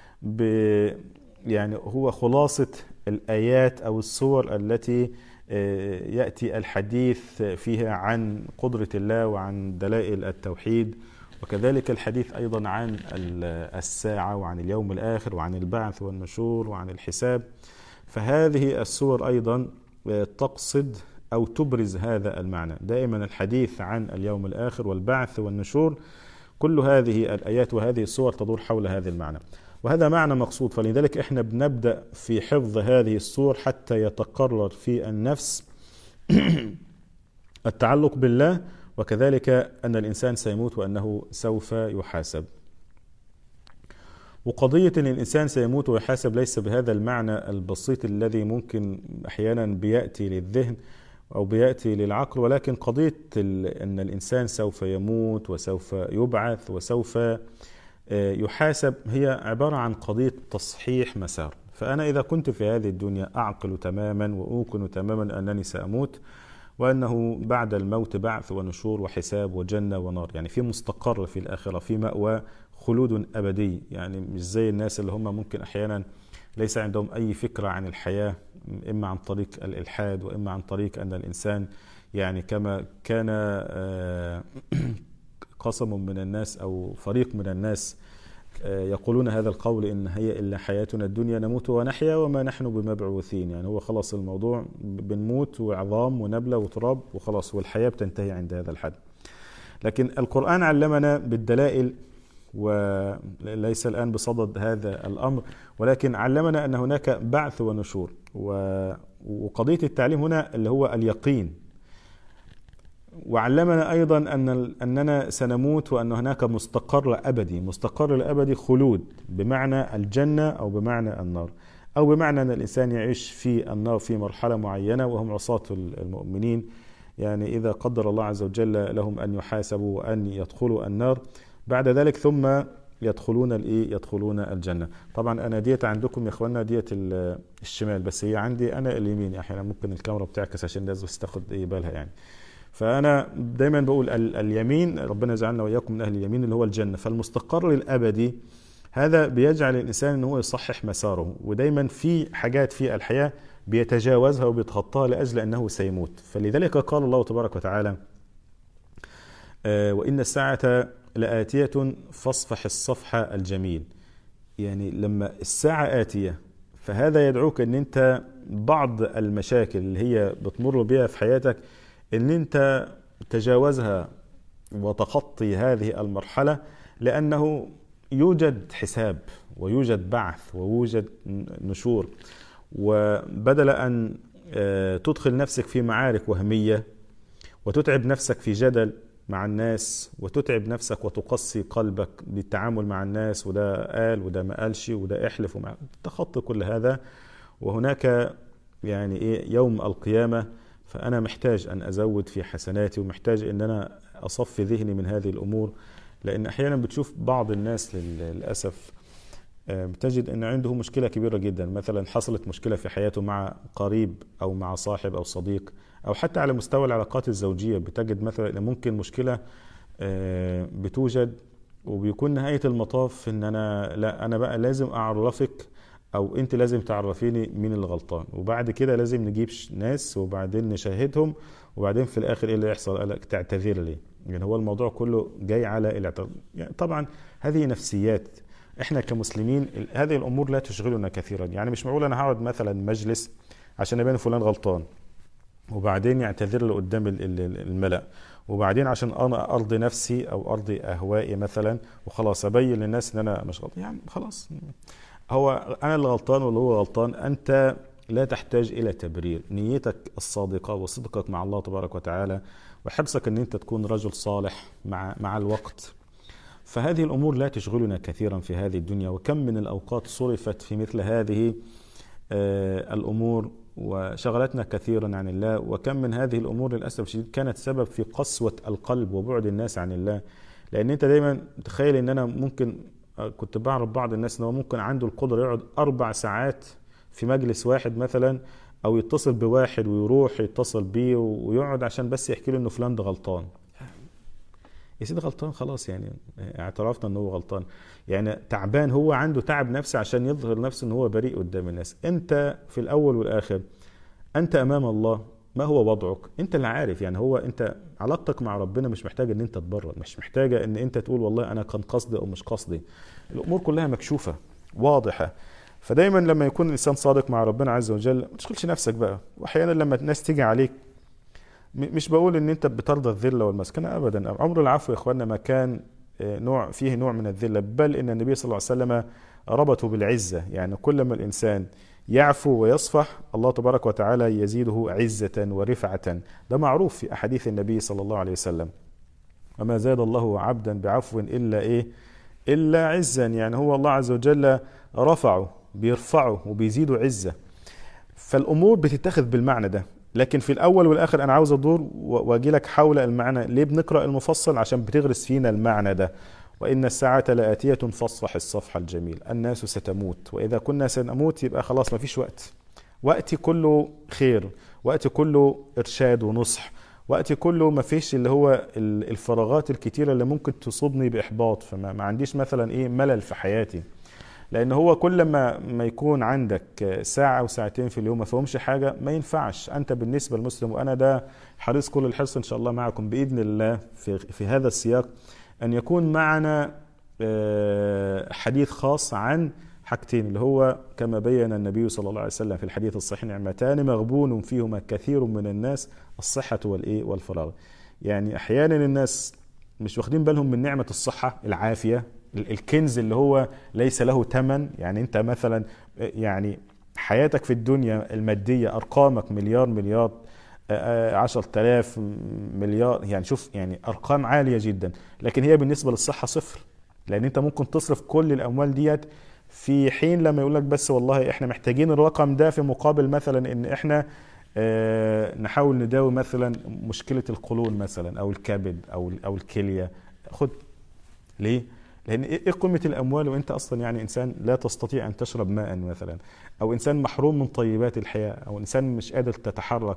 Speaker 1: يعني هو خلاصة الآيات أو السور التي يأتي الحديث فيها عن قدرة الله وعن دلائل التوحيد، وكذلك الحديث أيضا عن الساعة وعن اليوم الآخر وعن البعث والنشور وعن الحساب. فهذه السور أيضا تقصد أو تبرز هذا المعنى. دائما الحديث عن اليوم الآخر والبعث والنشور، كل هذه الآيات وهذه السور تدور حول هذا المعنى، وهذا معنى مقصود. فلذلك احنا بنبدأ في حفظ هذه السور حتى يتقرر في النفس التعلق بالله، وكذلك أن الإنسان سيموت وأنه سوف يحاسب. وقضية أن الإنسان سيموت ويحاسب ليس بهذا المعنى البسيط الذي ممكن أحيانا بيأتي للذهن أو بيأتي للعقل، ولكن قضية أن الإنسان سوف يموت وسوف يبعث وسوف يحاسب هي عبارة عن قضية تصحيح مسار. فأنا إذا كنت في هذه الدنيا أعقل تماما وأوقن تماما أنني سأموت، وأنه بعد الموت بعث ونشور وحساب وجنة ونار، يعني في مستقر في الآخرة، في مأوى خلود أبدي، يعني مش زي الناس اللي هم ممكن أحيانا ليس عندهم أي فكرة عن الحياة، إما عن طريق الإلحاد وإما عن طريق أن الإنسان يعني كما كان قسم من الناس أو فريق من الناس يقولون هذا القول إن هي إلا حياتنا الدنيا نموت ونحيا وما نحن بمبعوثين. يعني هو خلاص الموضوع بنموت وعظام ونبلة وتراب وخلاص، والحياة بتنتهي عند هذا الحد. لكن القرآن علمنا بالدلائل، وليس الآن بصدد هذا الأمر، ولكن علمنا أن هناك بعث ونشور. وقضية التعليم هنا اللي هو اليقين. وعلمنا أيضا أننا سنموت وأن هناك مستقر أبدي. مستقر الأبدي خلود بمعنى الجنة أو بمعنى النار، أو بمعنى أن الإنسان يعيش في النار في مرحلة معينة وهم عصاة المؤمنين، يعني إذا قدر الله عز وجل لهم أن يحاسبوا وأن يدخلوا النار بعد ذلك ثم يدخلون الجنة. طبعا أنا ديت عندكم يا إخواننا ديت الشمال، بس هي عندي أنا اليمين. أحيانا ممكن الكاميرا بتعكس عشان الناس بس تاخد بالها يعني. فأنا دايما بقول اليمين، ربنا يجعلنا وإياكم من أهل اليمين، اللي هو الجنة. فالمستقر الأبدي هذا بيجعل الإنسان أنه يصحح مساره، ودايما في حاجات في الحياة بيتجاوزها وبيتخطاها لأجل أنه سيموت. فلذلك قال الله تبارك وتعالى: وإن الساعة لآتية فاصفح الصفح الجميل. يعني لما الساعة آتية فهذا يدعوك أن أنت بعض المشاكل اللي هي بتمر بها في حياتك أن أنت تجاوزها وتخطي هذه المرحلة، لأنه يوجد حساب ويوجد بعث ويوجد نشور. وبدل أن تدخل نفسك في معارك وهمية وتتعب نفسك في جدل مع الناس وتتعب نفسك وتقصي قلبك بالتعامل مع الناس، وده قال وده ما قالش وده احلف وما تخطي كل هذا، وهناك يعني إيه يوم القيامة. فأنا محتاج أن أزود في حسناتي، ومحتاج أن أنا أصفي ذهني من هذه الأمور. لأن أحيانا بتشوف بعض الناس للأسف بتجد أن عنده مشكلة كبيرة جدا، مثلا حصلت مشكلة في حياته مع قريب أو مع صاحب أو صديق، أو حتى على مستوى العلاقات الزوجية بتجد مثلا أن ممكن مشكلة بتوجد، وبيكون نهاية المطاف أن أنا بقى لازم أعرفك أو أنت لازم تعرفيني مين اللي غلطان، وبعد كده لازم نجيب ناس وبعدين نشاهدهم، وبعدين في الآخر إيه اللي يحصل؟ قالك تعتذر لي. يعني هو الموضوع كله جاي على الاعتذار. يعني طبعا هذه نفسيات. احنا كمسلمين هذه الامور لا تشغلنا كثيرا. يعني مش معقول انا هقعد مثلا مجلس عشان ابين فلان غلطان وبعدين يعتذر له قدام الملأ، وبعدين عشان انا ارضي نفسي او ارضي اهوائي مثلا وخلاص ابين للناس ان انا مش غلطان. يعني خلاص هو انا اللي غلطان ولا هو غلطان؟ انت لا تحتاج الى تبرير. نيتك الصادقه وصدقك مع الله تبارك وتعالى وحرصك ان انت تكون رجل صالح مع الوقت، فهذه الأمور لا تشغلنا كثيرا في هذه الدنيا. وكم من الأوقات صرفت في مثل هذه الأمور وشغلتنا كثيرا عن الله، وكم من هذه الأمور للأسف الشديد كانت سبب في قسوة القلب وبعد الناس عن الله. لأن أنت دايما تخيل أن أنا ممكن كنت بعرف بعض الناس أنه ممكن عنده القدرة يقعد 4 ساعات في مجلس واحد مثلا، أو يتصل بواحد ويروح يتصل بيه ويقعد عشان بس يحكي له أنه فلان ده غلطان. يا سيدي غلطان خلاص، يعني اعترفنا انه هو غلطان، يعني تعبان، هو عنده تعب نفسي عشان يظهر نفسه انه هو بريء قدام الناس. انت في الاول والاخر انت امام الله ما هو وضعك، انت اللي عارف. يعني هو انت علاقتك مع ربنا مش محتاجه ان انت تبرر، مش محتاجه ان انت تقول والله انا كان قصدي او مش قصدي. الامور كلها مكشوفه واضحه. فدايما لما يكون الانسان صادق مع ربنا عز وجل ما تشغلش نفسك بقى. واحيانا لما الناس تيجي عليك، مش بقول ان انت بترضى الذله والمسكنه ابدا، عمر العفو يا اخواننا ما كان فيه نوع من الذله، بل ان النبي صلى الله عليه وسلم ربطه بالعزه. يعني كل ما الانسان يعفو ويصفح الله تبارك وتعالى يزيده عزه ورفعه. ده معروف في احاديث النبي صلى الله عليه وسلم: وما زاد الله عبدا بعفو الا عزا. يعني هو الله عز وجل رفعه، بيرفعه وبيزيده عزه. فالامور بتتخذ بالمعنى ده. لكن في الأول والآخر أنا عاوز أدور وأجي لك حول المعنى. ليه بنقرأ المفصل؟ عشان بتغرس فينا المعنى ده. وإن الساعة لآتية فاصفح الصفح الجميل. الناس ستموت، وإذا كنا سنموت يبقى خلاص ما فيش وقت. وقتي كله خير، وقتي كله إرشاد ونصح، وقتي كله ما فيش اللي هو الفراغات الكتيرة اللي ممكن تصيبني بإحباط. فما عنديش مثلا إيه ملل في حياتي. لان هو كل ما يكون عندك ساعة او ساعتين في اليوم ما فيهمش حاجة ما ينفعش. انت بالنسبة للمسلم، وانا ده حريص كل الحرص ان شاء الله معكم باذن الله في هذا السياق، ان يكون معنا حديث خاص عن حاجتين، اللي هو كما بين النبي صلى الله عليه وسلم في الحديث الصحيح: نعمتان مغبون فيهما كثير من الناس، الصحة والفراغ. يعني احيانا الناس مش واخدين بالهم من نعمة الصحة، العافية، الكنز اللي هو ليس له ثمن. يعني انت مثلا يعني حياتك في الدنيا المادية ارقامك مليار 10,000 مليار، يعني شوف يعني ارقام عالية جدا، لكن هي بالنسبة للصحة صفر. لان انت ممكن تصرف كل الاموال ديت في حين لما يقول لك بس والله احنا محتاجين الرقم ده في مقابل مثلا ان احنا نحاول نداوي مثلا مشكلة القولون مثلا او الكبد او الكلية. خد ليه؟ لان ايه قيمة الاموال وانت اصلا يعني انسان لا تستطيع ان تشرب ماء مثلا، او انسان محروم من طيبات الحياة، او انسان مش قادر تتحرك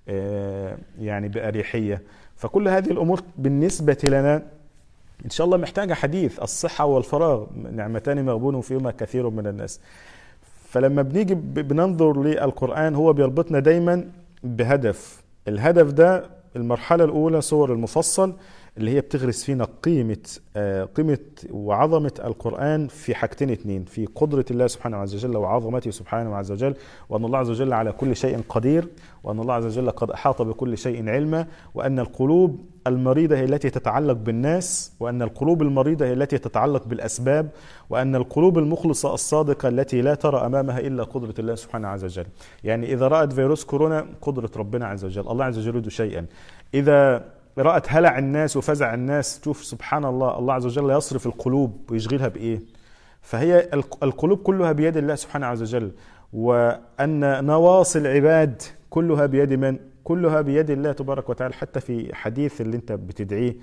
Speaker 1: يعني بأريحية. فكل هذه الامور بالنسبة لنا ان شاء الله محتاجة حديث. الصحة والفراغ نعمتان مغبون فيهما كثير من الناس. فلما بنيجي بننظر للقرآن هو بيربطنا دايما بهدف. الهدف ده المرحلة الأولى سور المفصل اللي هي بتغرس فينا قيمة وعظمة القرآن في حاجتين اتنين: في قدرة الله سبحانه عز وجل وعظمته سبحانه عز وجل، وأن الله عز وجل على كل شيء قدير، وأن الله عز وجل قد أحاط بكل شيء علما، وأن القلوب المريضة هي التي تتعلق بالناس، وأن القلوب المريضة هي التي تتعلق بالأسباب، وأن القلوب المخلصة الصادقة التي لا ترى أمامها إلا قدرة الله سبحانه عز وجل. يعني إذا رأت فيروس كورونا قدرة ربنا عز وجل، الله عز وجل يريد شيئا. إذا رأت هلع الناس وفزع الناس، شوف سبحان الله، الله عز وجل يصرف القلوب ويشغلها بإيه؟ فهي القلوب كلها بيد الله سبحانه عز وجل، وأن نواصي العباد كلها بيد من؟ كلها بيد الله تبارك وتعالى. حتى في حديث اللي انت بتدعيه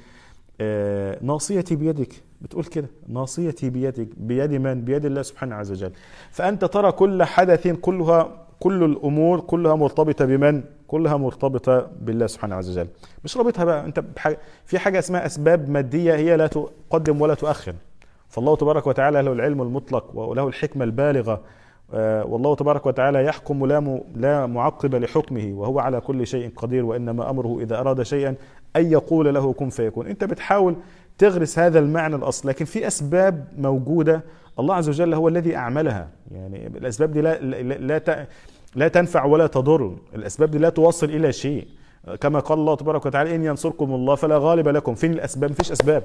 Speaker 1: ناصيتي بيدك، بتقول كده ناصيتي بيدك، بيد من؟ بيد الله سبحانه عز وجل. فأنت ترى كل حدث كل الأمور كلها مرتبطة بمن؟ كلها مرتبطة بالله سبحانه عز وجل. مش رابطها بقى انت في حاجة اسمها أسباب مادية هي لا تقدم ولا تؤخر. فالله تبارك وتعالى له العلم المطلق وله الحكمة البالغة، والله تبارك وتعالى يحكم لا معقب لحكمه، وهو على كل شيء قدير، وإنما أمره إذا أراد شيئا أن يقول له كن فيكون. أنت بتحاول تغرس هذا المعنى الأصل، لكن في أسباب موجودة الله عز وجل هو الذي أعملها. يعني الأسباب دي لا تنفع ولا تضر، الأسباب دي لا توصل إلى شيء. كما قال الله تبارك وتعالى: إن ينصركم الله فلا غالب لكم. فين الأسباب؟ مفيش أسباب،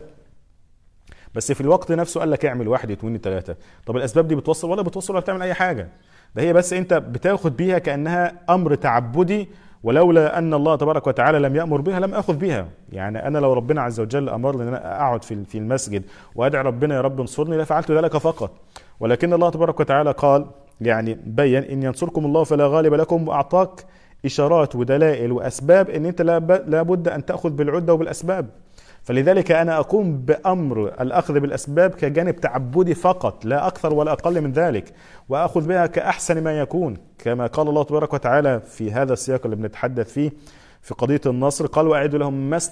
Speaker 1: بس في الوقت نفسه قال لك اعمل 1 2 3. طب الاسباب دي بتوصل ولا بتعمل اي حاجه؟ ده هي بس انت بتاخد بيها كانها امر تعبدي، ولولا ان الله تبارك وتعالى لم يامر بها لم اخذ بها. يعني انا لو ربنا عز وجل امرني ان انا اقعد في المسجد وادعي ربنا يا رب انصرني لفعلت ذلك فقط، ولكن الله تبارك وتعالى قال يعني بين: ان ينصركم الله فلا غالب لكم، واعطاك اشارات ودلائل واسباب ان انت لابد ان تاخذ بالعده وبالاسباب. فلذلك أنا أقوم بأمر الأخذ بالأسباب كجانب تعبدي فقط، لا أكثر ولا أقل من ذلك، وأخذ بها كأحسن ما يكون، كما قال الله تبارك وتعالى في هذا السياق اللي بنتحدث فيه في قضية النصر: قال وأعدوا لهم ما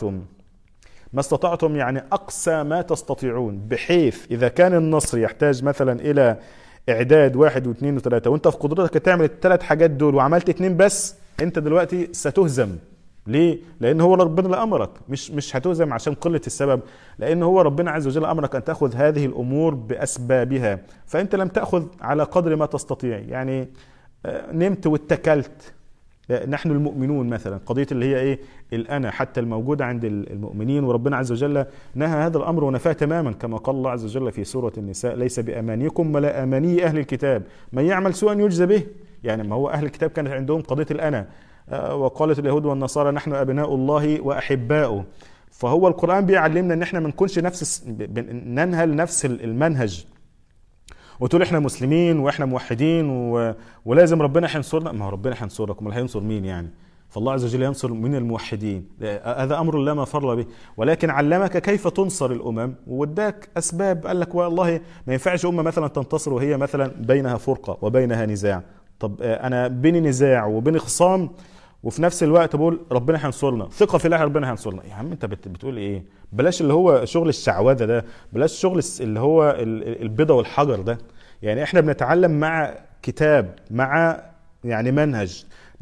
Speaker 1: استطعتم، يعني أقصى ما تستطيعون، بحيث إذا كان النصر يحتاج مثلا إلى إعداد 1 و2 و3 وأنت في قدرتك تعمل ال3 حاجات دول وعملت 2 بس، أنت دلوقتي ستهزم. ليه؟ لأن هو ربنا اللي أمرك، مش هتهزم عشان قلة السبب، لأن هو ربنا عز وجل أمرك أن تأخذ هذه الأمور بأسبابها، فأنت لم تأخذ على قدر ما تستطيع. يعني نمت واتكلت. نحن المؤمنون مثلا، قضية اللي هي إيه؟ الأنا حتى الموجودة عند المؤمنين، وربنا عز وجل نهى هذا الأمر ونفاه تماما، كما قال الله عز وجل في سورة النساء: ليس بأمانيكم ولا أماني أهل الكتاب من يعمل سوءا يجزى به. يعني ما هو أهل الكتاب كانت عندهم قضية الأنا، وقالت اليهود والنصارى نحن أبناء الله وأحباؤه. فهو القرآن بيعلمنا ان احنا ما نكونش ننهل نفس المنهج وتقول احنا مسلمين واحنا موحدين ولازم ربنا هينصرنا. ما هو ربنا هينصرك، امال هينصر مين يعني؟ فالله عز وجل ينصر من الموحدين، هذا امر لا مفر به، ولكن علمك كيف تنصر الامم واداك اسباب. قال لك والله ما ينفعش امه مثلا تنتصر وهي مثلا بينها فرقه وبينها نزاع. طب انا بيني نزاع وبيني خصام وفي نفس الوقت بقول ربنا هينصرنا، ثقه في الله ربنا هينصرنا. يا عم انت بتقول ايه؟ بلاش اللي هو شغل الشعوذه ده، بلاش شغل اللي هو البيضه والحجر ده. يعني احنا بنتعلم مع كتاب، مع يعني منهج،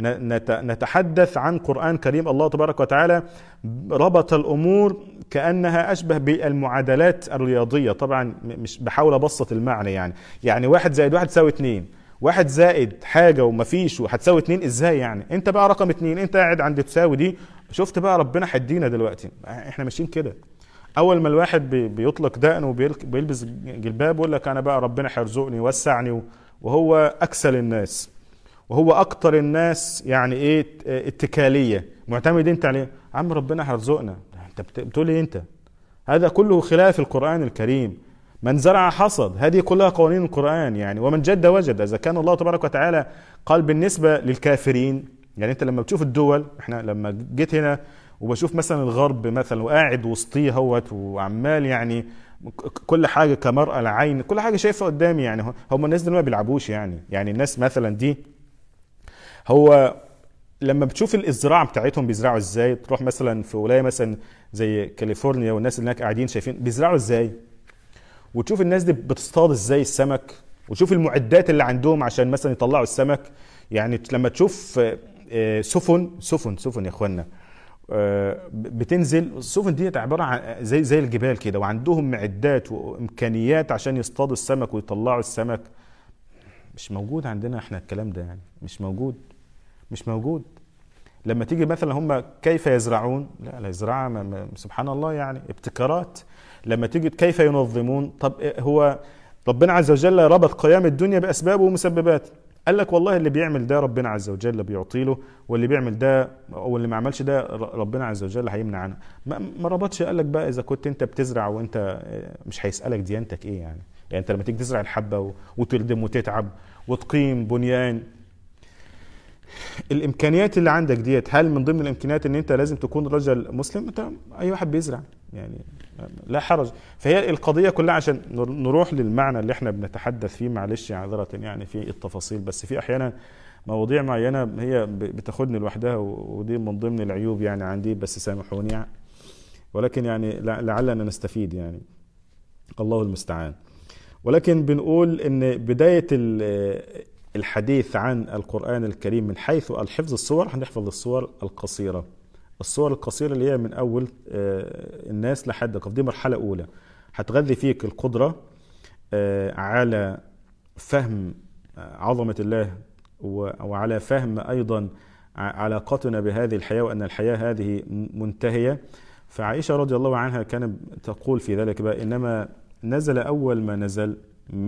Speaker 1: نتحدث عن قرآن كريم. الله تبارك وتعالى ربط الأمور كأنها أشبه بالمعادلات الرياضية. طبعا مش بحاول أبسط المعنى، يعني 1 زائد 1 تساوي 2، 1 زائد حاجة ومفيش وهتساوي 2 ازاي يعني؟ انت بقى رقم 2، انت قاعد عند تساوي دي، شفت بقى ربنا هيدينا دلوقتي. احنا ماشيين كده. اول ما الواحد بيطلق دقنه وبيلبس جلباب يقول لك انا بقى ربنا هيرزقني ويوسعني، وهو اكسل الناس وهو اكتر الناس يعني ايه اتكاليه، معتمد انت عليه. عم ربنا هيرزقنا، انت بتقول ايه انت؟ هذا كله خلاف القرآن الكريم. من زرع حصد، هذه كلها قوانين القرآن يعني. ومن جد وجد. اذا كان الله تبارك وتعالى قال بالنسبه للكافرين، يعني انت لما بتشوف الدول، احنا لما جيت هنا وبشوف مثلا الغرب مثلا وقاعد وسطيه هوت وعمال يعني كل حاجه كمرأة العين، كل حاجه شايفه قدامي يعني. هم الناس دول ما بيلعبوش يعني الناس مثلا دي، هو لما بتشوف الزراعه بتاعتهم بيزرعوا ازاي، تروح مثلا في ولايه مثلا زي كاليفورنيا والناس اللي هناك قاعدين شايفين بيزرعوا ازاي، وتشوف الناس دي بتصطاد ازاي السمك، وتشوف المعدات اللي عندهم عشان مثلا يطلعوا السمك. يعني لما تشوف سفن يا اخوانا بتنزل، السفن دي عباره عن زي الجبال كده، وعندهم معدات وامكانيات عشان يصطادوا السمك ويطلعوا السمك. مش موجود عندنا احنا الكلام ده يعني، مش موجود. لما تيجي مثلا هم كيف يزرعون، لا الزراعه سبحان الله يعني ابتكارات. لما تيجي كيف ينظمون، طب هو ربنا عز وجل ربط قيام الدنيا باسباب ومسببات. قال لك والله اللي بيعمل ده ربنا عز وجل بيعطيله، واللي بيعمل ده او اللي ما عملش ده ربنا عز وجل هيمنع عنه. ما ربطش. قال لك بقى اذا كنت انت بتزرع وانت مش هيسالك ديانتك ايه يعني انت لما تيجي تزرع الحبه وتردم وتتعب وتقيم بنيان، الامكانيات اللي عندك ديت، هل من ضمن الامكانيات ان انت لازم تكون رجل مسلم؟ انت اي واحد بيزرع يعني، لا حرج. فهي القضيه كلها عشان نروح للمعنى اللي احنا بنتحدث فيه، معلش عذره يعني في التفاصيل، بس في احيانا مواضيع معينه هي بتاخدني لوحدها، ودي من ضمن العيوب يعني عندي، بس سامحوني يعني. ولكن يعني لعلنا نستفيد يعني، الله المستعان. ولكن بنقول ان بدايه الحديث عن القرآن الكريم من حيث الحفظ الصور، هنحفظ الصور القصيرة. الصور القصيرة اللي هي من أول الناس لحد قف، دي مرحلة أولى هتغذي فيك القدرة على فهم عظمة الله، وعلى فهم أيضا علاقتنا بهذه الحياة، وأن الحياة هذه منتهية. فعائشة رضي الله عنها كانت تقول في ذلك بقى إنما نزل أول ما نزل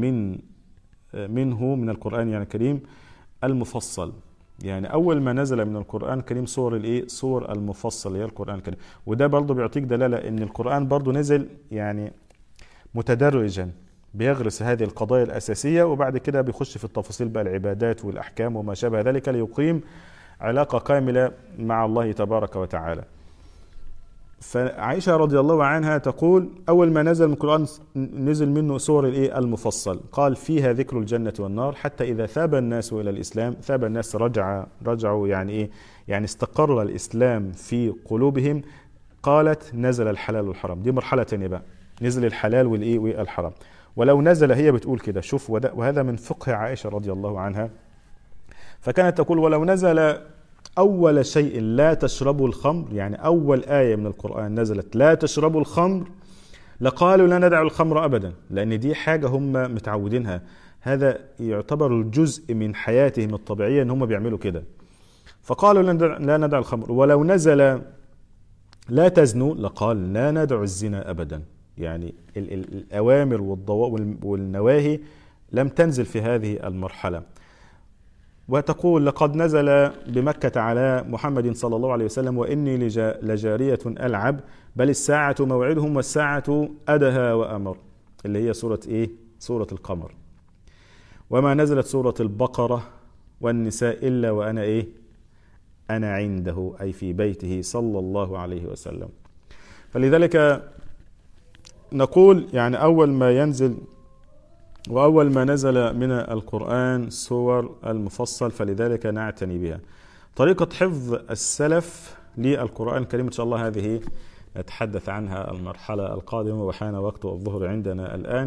Speaker 1: منه من القرآن يعني الكريم المفصل. يعني أول ما نزل من القرآن الكريم صور المفصل هي القرآن الكريم. وده برضو بيعطيك دلالة إن القرآن برضو نزل يعني متدرجا، بيغرس هذه القضايا الأساسية، وبعد كده بيخش في التفاصيل بقى العبادات والأحكام وما شابه ذلك، ليقيم علاقة كاملة مع الله تبارك وتعالى. فعائشة رضي الله عنها تقول أول ما نزل من القرآن نزل منه سور المفصل، قال فيها ذكر الجنة والنار، حتى إذا ثاب الناس إلى الإسلام، ثاب الناس رجعوا يعني يعني استقر الإسلام في قلوبهم، قالت نزل الحلال والحرام. دي مرحلة تانية بقى، نزل الحلال والحرام. ولو نزل، هي بتقول كده، شوف، وهذا من فقه عائشة رضي الله عنها، فكانت تقول ولو نزل أول شيء لا تشربوا الخمر، يعني أول آية من القرآن نزلت لا تشربوا الخمر، لقالوا لا ندع الخمر أبدا، لأن دي حاجة هم متعودينها، هذا يعتبر جزء من حياتهم الطبيعية أن هم بيعملوا كده، فقالوا لا ندع الخمر. ولو نزل لا تزنوا، لقال لا ندع الزنا أبدا. يعني الأوامر والنواهي لم تنزل في هذه المرحلة. وتقول لقد نزل بمكة على محمد صلى الله عليه وسلم وإني لجارية ألعب، بل الساعة موعدهم والساعة أدهى وأمر، اللي هي سورة سورة القمر. وما نزلت سورة البقرة والنساء إلا وأنا أنا عنده، أي في بيته صلى الله عليه وسلم. فلذلك نقول يعني أول ما ينزل وأول ما نزل من القرآن سور المفصل، فلذلك نعتني بها. طريقة حفظ السلف للقرآن الكريم إن شاء الله هذه نتحدث عنها المرحلة القادمة، وحان وقت الظهر عندنا الآن،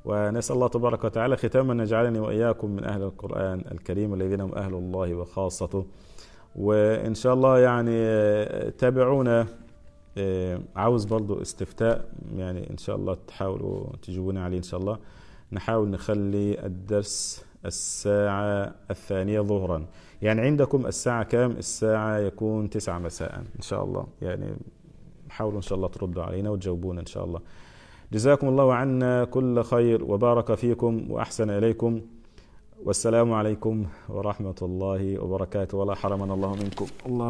Speaker 1: ونسأل الله تبارك وتعالى ختاما أن يجعلني وإياكم من أهل القرآن الكريم الذين هم أهل الله وخاصته. وإن شاء الله يعني تابعونا. عاوز برضو استفتاء، يعني إن شاء الله تحاولوا تجيبونا عليه. إن شاء الله نحاول نخلي الدرس 2:00 ظهرا. يعني عندكم الساعة كام؟ الساعة يكون 9 مساء إن شاء الله. يعني حاولوا إن شاء الله تردوا علينا وتجاوبونا إن شاء الله. جزاكم الله عنا كل خير وبارك فيكم وأحسن إليكم، والسلام عليكم ورحمة الله وبركاته، ولا حرمنا الله منكم. الله